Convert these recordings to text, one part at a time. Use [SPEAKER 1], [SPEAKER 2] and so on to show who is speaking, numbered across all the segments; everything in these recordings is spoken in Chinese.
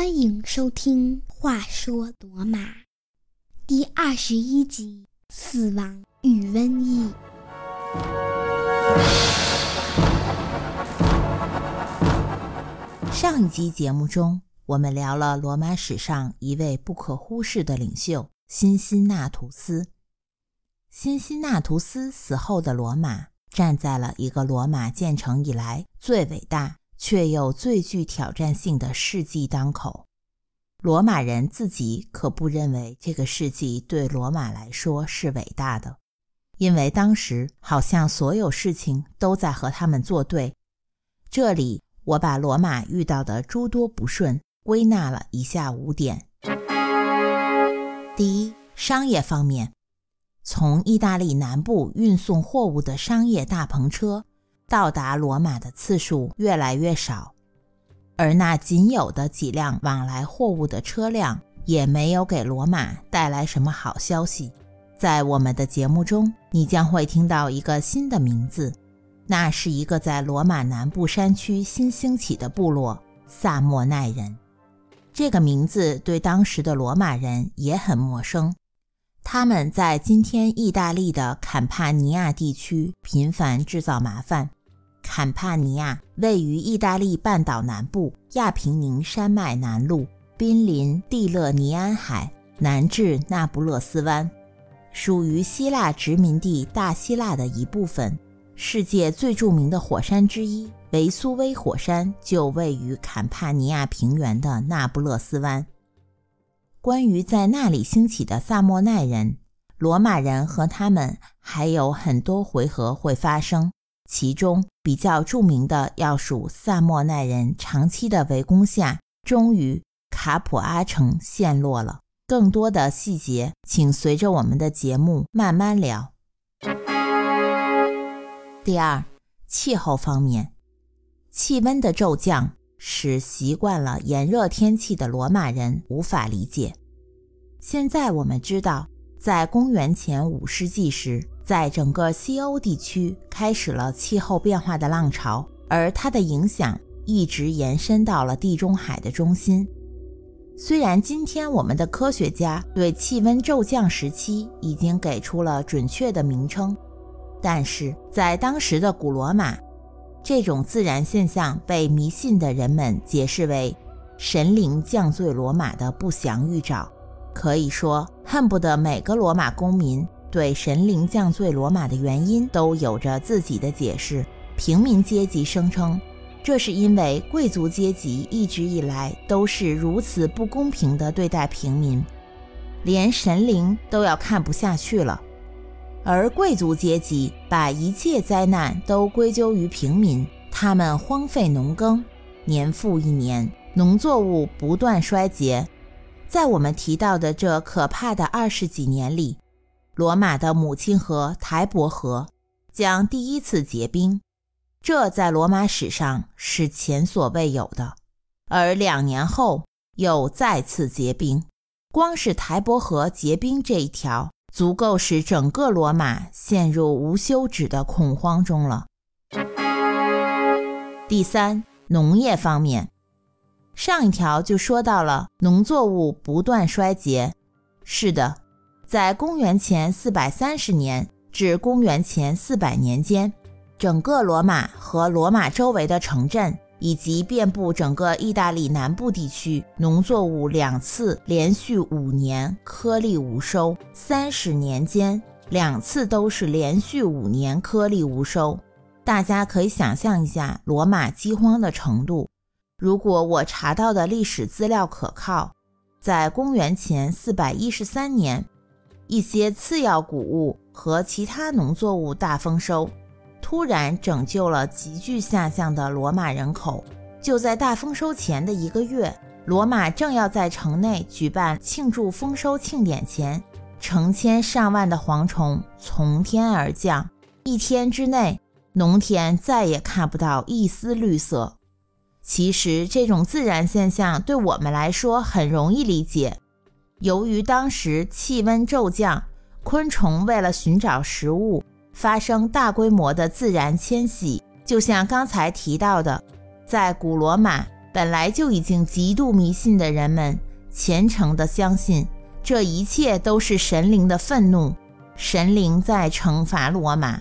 [SPEAKER 1] 欢迎收听话说罗马第21集死亡与瘟疫。
[SPEAKER 2] 上一集节目中，我们聊了罗马史上一位不可忽视的领袖辛辛那图斯。辛辛那图斯死后的罗马站在了一个罗马建成以来最伟大却又最具挑战性的世纪当口。罗马人自己可不认为这个世纪对罗马来说是伟大的，因为当时好像所有事情都在和他们作对。这里我把罗马遇到的诸多不顺归纳了以下5点。第一，商业方面，从意大利南部运送货物的商业大篷车到达罗马的次数越来越少，而那仅有的几辆往来货物的车辆也没有给罗马带来什么好消息。在我们的节目中，你将会听到一个新的名字，那是一个在罗马南部山区新兴起的部落——萨莫奈人。这个名字对当时的罗马人也很陌生，他们在今天意大利的坎帕尼亚地区频繁制造麻烦。坎帕尼亚位于意大利半岛南部亚平宁山脉南麓，濒临蒂勒尼安海，南至那不勒斯湾，属于希腊殖民地大希腊的一部分。世界最著名的火山之一维苏威火山就位于坎帕尼亚平原的那不勒斯湾。关于在那里兴起的萨莫奈人，罗马人和他们还有很多回合会发生，其中比较著名的要数萨莫奈人长期的围攻下，终于卡普阿城陷落了。更多的细节请随着我们的节目慢慢聊。第二，气候方面，气温的骤降使习惯了炎热天气的罗马人无法理解。现在我们知道，在公元前5世纪时，在整个西欧地区开始了气候变化的浪潮，而它的影响一直延伸到了地中海的中心。虽然今天我们的科学家对气温骤降时期已经给出了准确的名称，但是在当时的古罗马，这种自然现象被迷信的人们解释为神灵降罪罗马的不祥预兆。可以说，恨不得每个罗马公民对神灵降罪罗马的原因都有着自己的解释。平民阶级声称，这是因为贵族阶级一直以来都是如此不公平地对待平民，连神灵都要看不下去了。而贵族阶级把一切灾难都归咎于平民，他们荒废农耕，年复一年，农作物不断衰竭。在我们提到的这可怕的20几年里，罗马的母亲河台伯河将第一次结冰，这在罗马史上是前所未有的。而2年后又再次结冰，光是台伯河结冰这一条足够使整个罗马陷入无休止的恐慌中了。第三，农业方面，上一条就说到了农作物不断衰竭。是的，在公元前430年至公元前400年间，整个罗马和罗马周围的城镇以及遍布整个意大利南部地区，农作物2次连续5年颗粒无收，30年间2次都是连续5年颗粒无收。大家可以想象一下罗马饥荒的程度。如果我查到的历史资料可靠，在公元前413年，一些次要谷物和其他农作物大丰收，突然拯救了急剧下降的罗马人口。就在大丰收前的1个月，罗马正要在城内举办庆祝丰收庆典前，成千上万的蝗虫从天而降，1天之内，农田再也看不到一丝绿色。其实这种自然现象对我们来说很容易理解，由于当时气温骤降，昆虫为了寻找食物发生大规模的自然迁徙，就像刚才提到的，在古罗马本来就已经极度迷信的人们虔诚地相信这一切都是神灵的愤怒，神灵在惩罚罗马。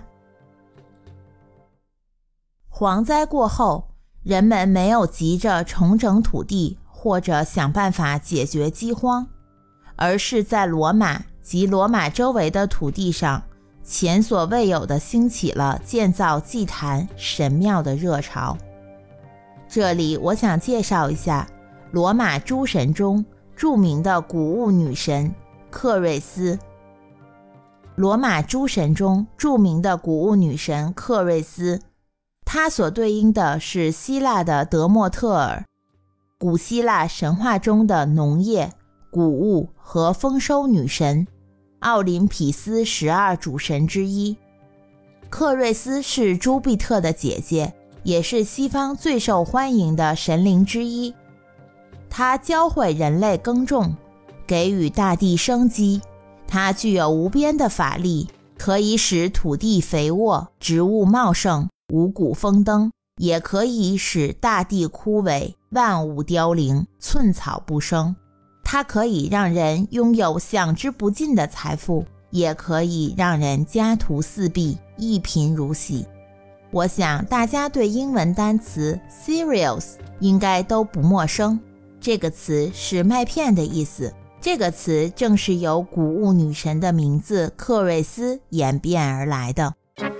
[SPEAKER 2] 蝗灾过后，人们没有急着重整土地或者想办法解决饥荒，而是在罗马及罗马周围的土地上前所未有地兴起了建造祭坛神庙的热潮。这里我想介绍一下罗马诸神中著名的谷物女神克瑞斯。罗马诸神中著名的谷物女神克瑞斯，她所对应的是希腊的德莫特尔，古希腊神话中的农业、谷物和丰收女神，奥林匹斯12主神之一。克瑞斯是朱庇特的姐姐，也是西方最受欢迎的神灵之一。她教会人类耕种，给予大地生机。她具有无边的法力，可以使土地肥沃，植物茂盛，五谷丰登，也可以使大地枯萎，万物凋零，寸草不生。它可以让人拥有享之不尽的财富，也可以让人家徒四壁，一贫如洗。我想大家对英文单词 cereals 应该都不陌生，这个词是麦片的意思。这个词正是由谷物女神的名字克瑞斯演变而来的。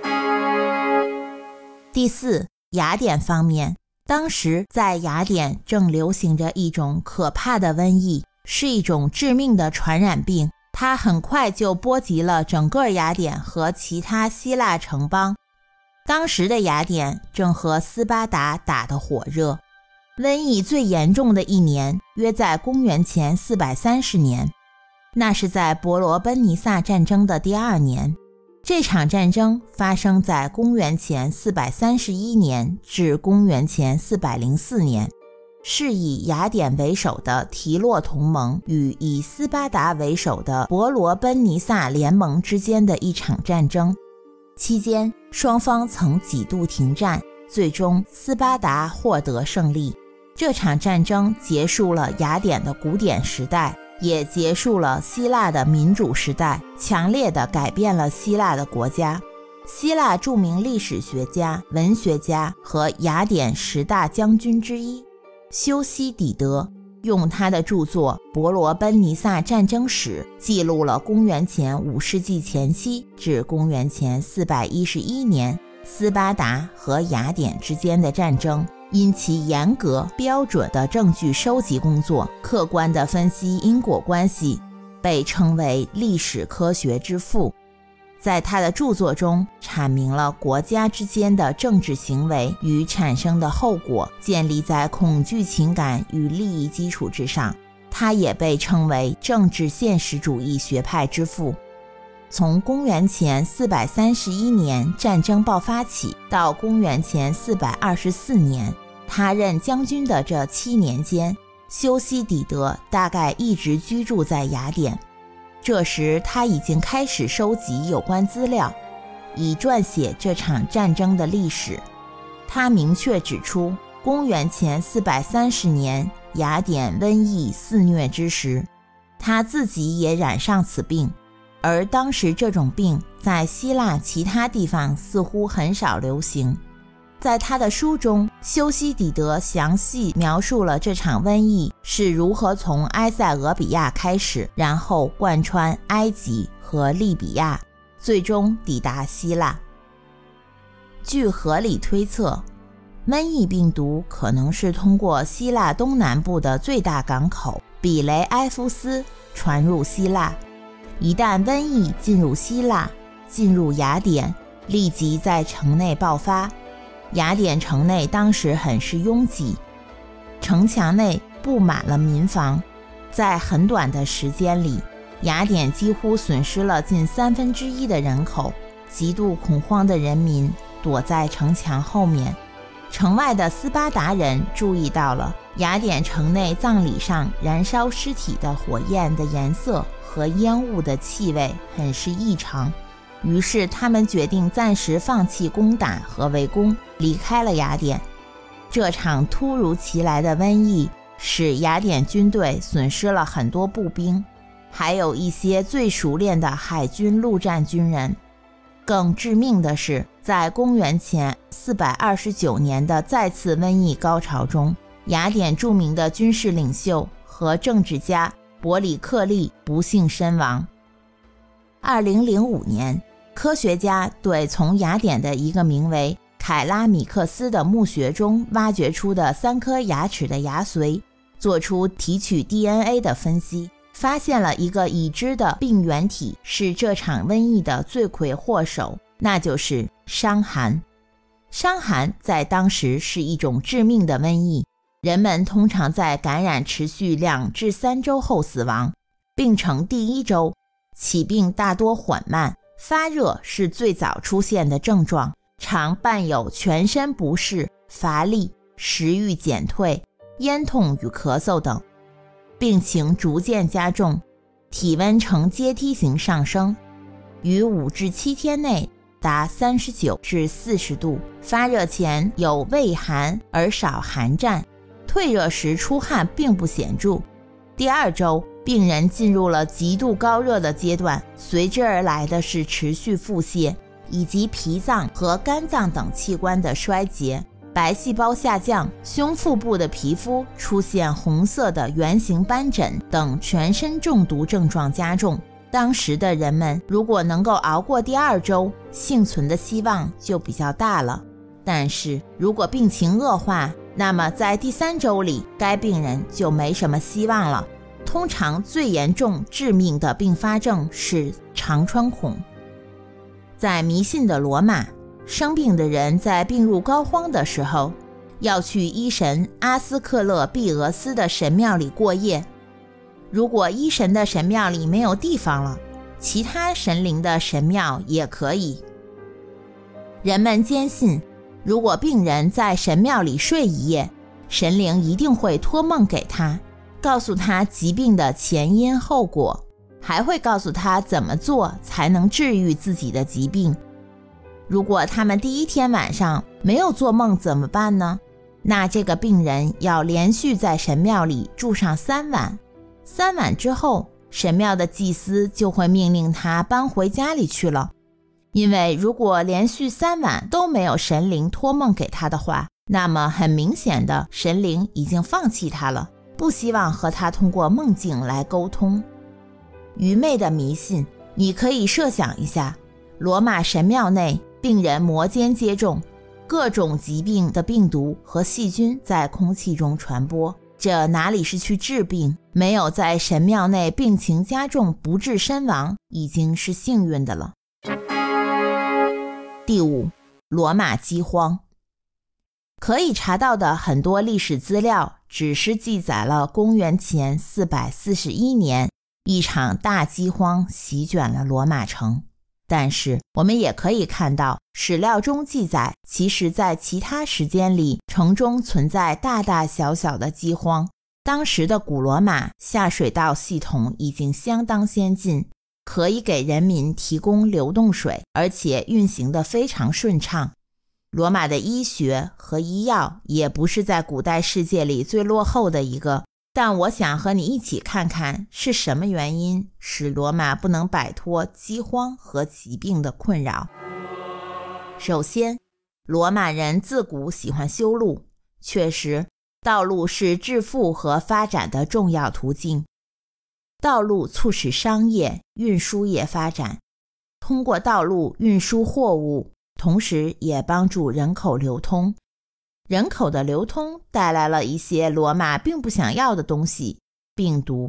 [SPEAKER 2] 第四，雅典方面，当时在雅典正流行着一种可怕的瘟疫，是一种致命的传染病，它很快就波及了整个雅典和其他希腊城邦。当时的雅典正和斯巴达打得火热，瘟疫最严重的一年约在公元前430年，那是在伯罗奔尼撒战争的第2年。这场战争发生在公元前431年至公元前404年，是以雅典为首的提洛同盟与以斯巴达为首的伯罗奔尼撒联盟之间的一场战争。期间双方曾几度停战，最终斯巴达获得胜利。这场战争结束了雅典的古典时代，也结束了希腊的民主时代，强烈地改变了希腊的国家。希腊著名历史学家、文学家和雅典10大将军之一修昔底德用他的著作《伯罗奔尼撒战争史》记录了公元前5世纪前期至公元前411年斯巴达和雅典之间的战争。因其严格标准的证据收集工作，客观地分析因果关系，被称为历史科学之父。在他的著作中阐明了国家之间的政治行为与产生的后果建立在恐惧情感与利益基础之上，他也被称为政治现实主义学派之父。从公元前431年战争爆发起到公元前424年，他任将军的这7年间，修昔底德大概一直居住在雅典。这时他已经开始收集有关资料，以撰写这场战争的历史。他明确指出，公元前430年雅典瘟疫肆虐之时，他自己也染上此病，而当时这种病在希腊其他地方似乎很少流行。在他的书中，修昔底德详细描述了这场瘟疫是如何从埃塞俄比亚开始，然后贯穿埃及和利比亚，最终抵达希腊。据合理推测，瘟疫病毒可能是通过希腊东南部的最大港口比雷埃夫斯传入希腊。一旦瘟疫进入希腊，进入雅典，立即在城内爆发。雅典城内当时很是拥挤，城墙内布满了民房。在很短的时间里，雅典几乎损失了近1/3的人口，极度恐慌的人民躲在城墙后面。城外的斯巴达人注意到了雅典城内葬礼上燃烧尸体的火焰的颜色和烟雾的气味很是异常，于是他们决定暂时放弃攻打和围攻，离开了雅典。 这场突如其来的瘟疫使雅典军队损失了很多步兵，还有一些最熟练的海军陆战军人。更致命的是，在公元前429年的再次瘟疫高潮中，雅典著名的军事领袖和政治家伯里克利不幸身亡。2005年，科学家对从雅典的一个名为凯拉米克斯的墓穴中挖掘出的3颗牙齿的牙髓做出提取 DNA 的分析，发现了一个已知的病原体是这场瘟疫的罪魁祸首，那就是伤寒。伤寒在当时是一种致命的瘟疫，人们通常在感染持续2至3周后死亡，病程第1周，起病大多缓慢，发热是最早出现的症状，常伴有全身不适、乏力、食欲减退、咽痛与咳嗽等。病情逐渐加重，体温呈阶梯型上升，于5至7天内达39至40度，发热前有畏寒而少寒战，退热时出汗并不显著。第2周，病人进入了极度高热的阶段，随之而来的是持续腹泻，以及脾脏和肝脏等器官的衰竭，白细胞下降，胸腹部的皮肤出现红色的圆形斑疹等全身中毒症状加重。当时的人们如果能够熬过第2周，幸存的希望就比较大了。但是如果病情恶化，那么在第3周里，该病人就没什么希望了。通常最严重致命的并发症是肠穿孔。在迷信的罗马，生病的人在病入膏肓的时候，要去医神阿斯克勒庇俄斯的神庙里过夜。如果医神的神庙里没有地方了，其他神灵的神庙也可以。人们坚信，如果病人在神庙里睡一夜，神灵一定会托梦给他，告诉他疾病的前因后果，还会告诉他怎么做才能治愈自己的疾病。如果他们第1天晚上没有做梦怎么办呢？那这个病人要连续在神庙里住上3晚，3晚之后，神庙的祭司就会命令他搬回家里去了。因为如果连续3晚都没有神灵托梦给他的话，那么很明显的，神灵已经放弃他了，不希望和他通过梦境来沟通。愚昧的迷信，你可以设想一下，罗马神庙内病人摩肩接踵，各种疾病的病毒和细菌在空气中传播，这哪里是去治病，没有在神庙内病情加重不治身亡，已经是幸运的了。第5，罗马饥荒。可以查到的很多历史资料只是记载了公元前441年一场大饥荒席卷了罗马城，但是我们也可以看到史料中记载，其实在其他时间里城中存在大大小小的饥荒。当时的古罗马下水道系统已经相当先进，可以给人民提供流动水，而且运行得非常顺畅。罗马的医学和医药也不是在古代世界里最落后的一个，但我想和你一起看看是什么原因使罗马不能摆脱饥荒和疾病的困扰。首先，罗马人自古喜欢修路，确实，道路是致富和发展的重要途径。道路促使商业、运输业发展，通过道路运输货物，同时也帮助人口流通。人口的流通带来了一些罗马并不想要的东西，病毒。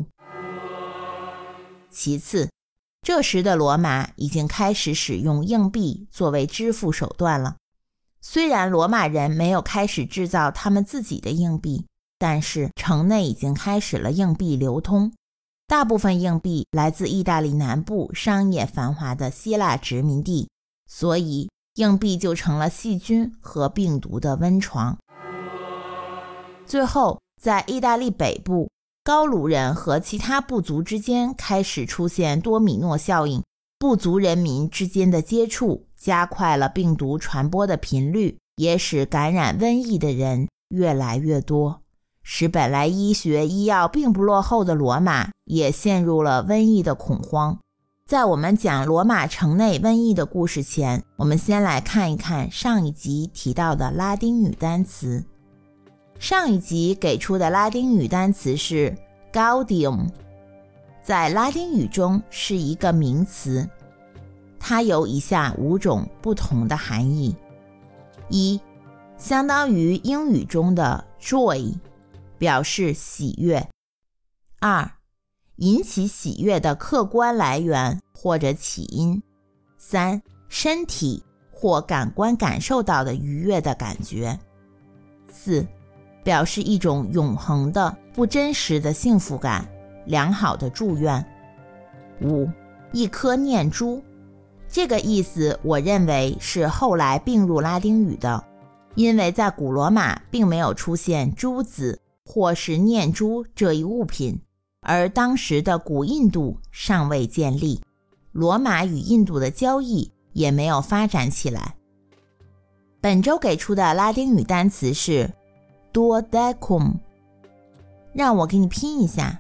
[SPEAKER 2] 其次，这时的罗马已经开始使用硬币作为支付手段了。虽然罗马人没有开始制造他们自己的硬币，但是城内已经开始了硬币流通。大部分硬币来自意大利南部商业繁华的希腊殖民地，所以硬币就成了细菌和病毒的温床。最后，在意大利北部，高卢人和其他部族之间开始出现多米诺效应，部族人民之间的接触加快了病毒传播的频率，也使感染瘟疫的人越来越多，使本来医学医药并不落后的罗马也陷入了瘟疫的恐慌。在我们讲罗马城内瘟疫的故事前，我们先来看一看上一集提到的拉丁语单词。上一集给出的拉丁语单词是 Gaudium， 在拉丁语中是一个名词，它有以下5种不同的含义。一，相当于英语中的 joy， 表示喜悦。2，引起喜悦的客观来源或者起因。3，身体或感官感受到的愉悦的感觉。4，表示一种永恒的不真实的幸福感，良好的祝愿。5，一颗念珠。这个意思我认为是后来并入拉丁语的，因为在古罗马并没有出现珠子或是念珠这一物品，而当时的古印度尚未建立，罗马与印度的交易也没有发展起来。本周给出的拉丁语单词是 duodecum， 让我给你拼一下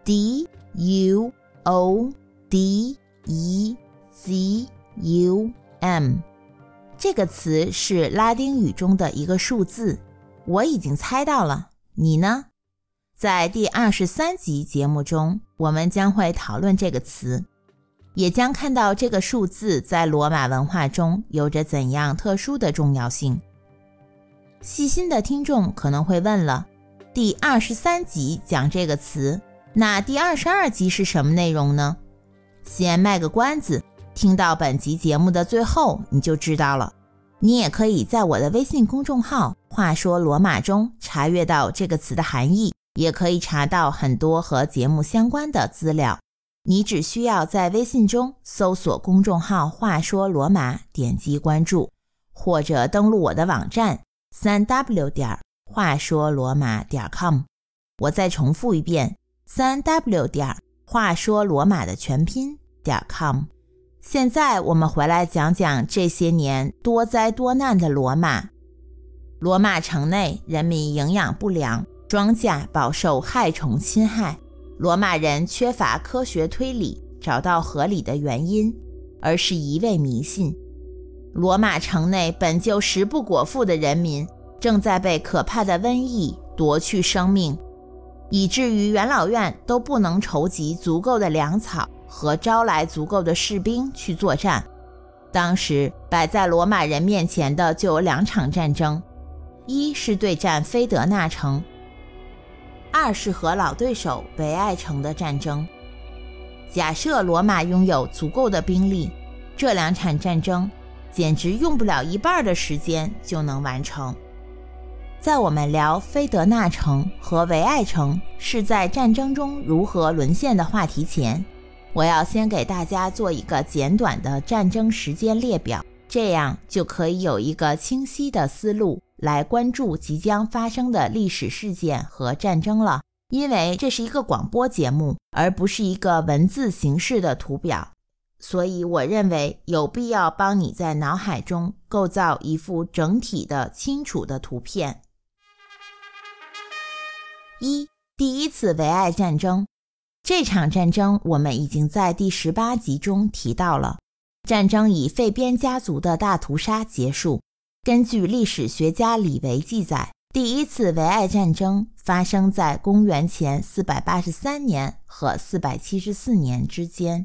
[SPEAKER 2] duodecum。 这个词是拉丁语中的一个数字，我已经猜到了，你呢？在第23集节目中，我们将会讨论这个词，也将看到这个数字在罗马文化中有着怎样特殊的重要性。细心的听众可能会问了，第23集讲这个词，那第22集是什么内容呢？先卖个关子，听到本集节目的最后你就知道了。你也可以在我的微信公众号话说罗马中查阅到这个词的含义，也可以查到很多和节目相关的资料。你只需要在微信中搜索公众号话说罗马，点击关注，或者登录我的网站 3w 话说罗马 .com。 我再重复一遍 3w 话说罗马的全拼 .com。 现在我们回来讲讲这些年多灾多难的罗马。罗马城内人民营养不良，庄稼饱受害虫侵害，罗马人缺乏科学推理，找到合理的原因，而是一味迷信。罗马城内本就食不果腹的人民，正在被可怕的瘟疫夺去生命，以至于元老院都不能筹集足够的粮草和招来足够的士兵去作战。当时摆在罗马人面前的就有2场战争，一是对战菲德纳城，2是和老对手维埃城的战争。假设罗马拥有足够的兵力，这2场战争简直用不了一半的时间就能完成。在我们聊菲德纳城和维埃城是在战争中如何沦陷的话题前，我要先给大家做一个简短的战争时间列表，这样就可以有一个清晰的思路来关注即将发生的历史事件和战争了。因为这是一个广播节目，而不是一个文字形式的图表，所以我认为有必要帮你在脑海中构造一幅整体的清楚的图片。第一次维埃战争。这场战争我们已经在第18集中提到了，战争以费边家族的大屠杀结束。根据历史学家李维记载，第一次维埃战争发生在公元前483年和474年之间。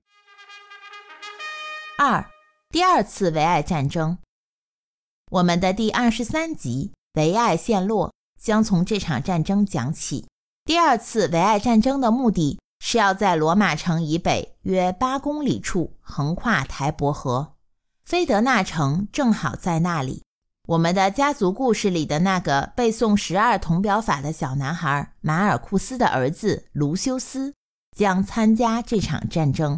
[SPEAKER 2] 第二次维埃战争。我们的第23集维埃陷落将从这场战争讲起。第2次维埃战争的目的是要在罗马城以北约8公里处横跨台伯河，菲德纳城正好在那里。我们的家族故事里的那个背诵12铜表法的小男孩马尔库斯的儿子卢修斯将参加这场战争。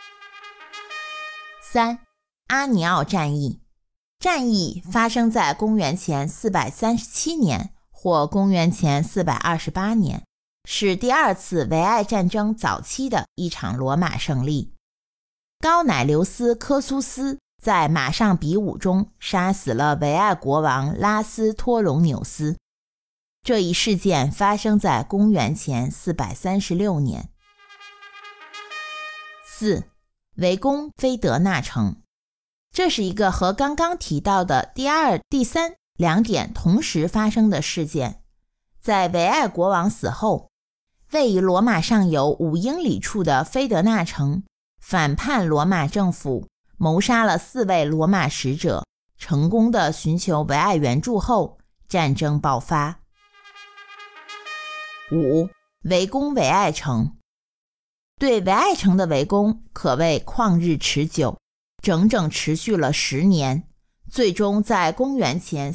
[SPEAKER 2] 阿尼奥战役。战役发生在公元前437年或公元前428年，是第2次维埃战争早期的一场罗马胜利。高乃留斯科苏斯在马上比武中杀死了维埃国王拉斯托隆纽斯。 这一事件发生在公元前436年。4. 围攻菲德纳城。这是一个和刚刚提到的第二、第三两点同时发生的事件。在维埃国王死后，位于罗马上游5英里处的菲德纳城反叛罗马政府，谋杀了4位罗马使者，成功的寻求维埃援助后，战争爆发。5. 围攻维埃城。对维埃城的围攻可谓旷日持久，整整持续了10年，最终在公元前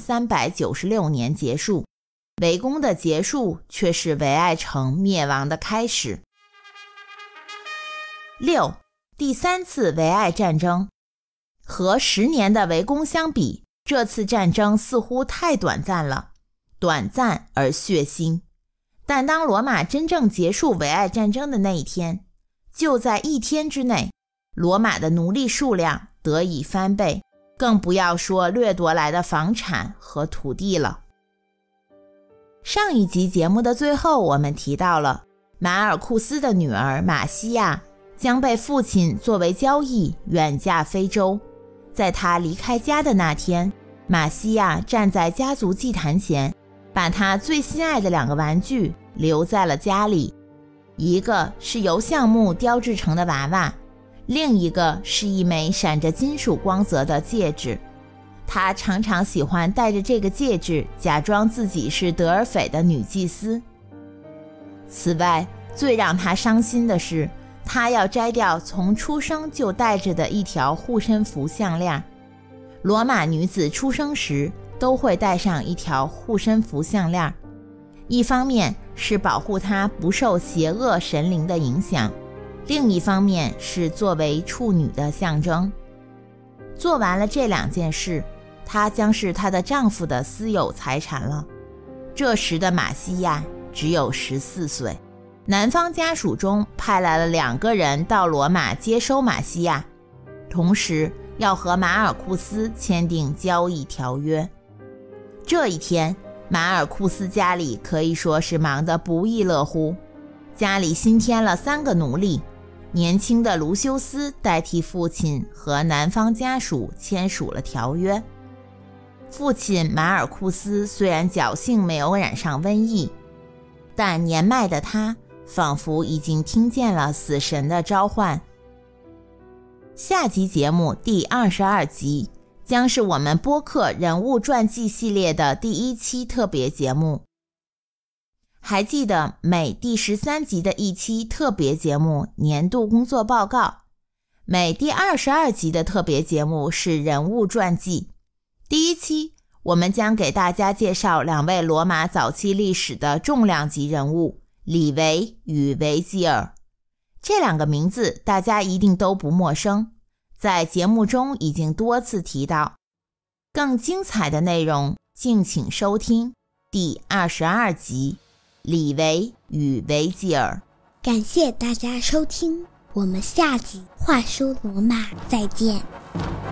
[SPEAKER 2] 396年结束。围攻的结束却是维埃城灭亡的开始。6. 第3次维埃战争。和10年的围攻相比，这次战争似乎太短暂了，短暂而血腥。但当罗马真正结束维埃战争的那一天，就在1天之内，罗马的奴隶数量得以翻倍，更不要说掠夺来的房产和土地了。上一集节目的最后，我们提到了马尔库斯的女儿马西亚将被父亲作为交易远嫁非洲。在他离开家的那天，马西亚站在家族祭坛前，把他最心爱的2个玩具留在了家里，一个是由橡木雕制成的娃娃，另一个是一枚闪着金属光泽的戒指。他常常喜欢戴着这个戒指，假装自己是德尔斐的女祭司。此外，最让他伤心的是，他要摘掉从出生就戴着的一条护身符项链。罗马女子出生时都会戴上一条护身符项链，一方面是保护她不受邪恶神灵的影响，另一方面是作为处女的象征。做完了这2件事，她将是她的丈夫的私有财产了。这时的马西亚只有14岁。男方家属中派来了2个人到罗马接收马西亚，同时要和马尔库斯签订交易条约。这一天，马尔库斯家里可以说是忙得不亦乐乎，家里新添了3个奴隶，年轻的卢修斯代替父亲和男方家属签署了条约。父亲马尔库斯虽然侥幸没有染上瘟疫，但年迈的他仿佛已经听见了死神的召唤。下集节目第22集将是我们播客人物传记系列的第1期特别节目。还记得每第13集的一期特别节目年度工作报告，每第22集的特别节目是人物传记。第1期我们将给大家介绍2位罗马早期历史的重量级人物，李维与维吉尔。这2个名字大家一定都不陌生，在节目中已经多次提到。更精彩的内容敬请收听第22集李维与维吉尔。
[SPEAKER 1] 感谢大家收听，我们下集话说罗马再见。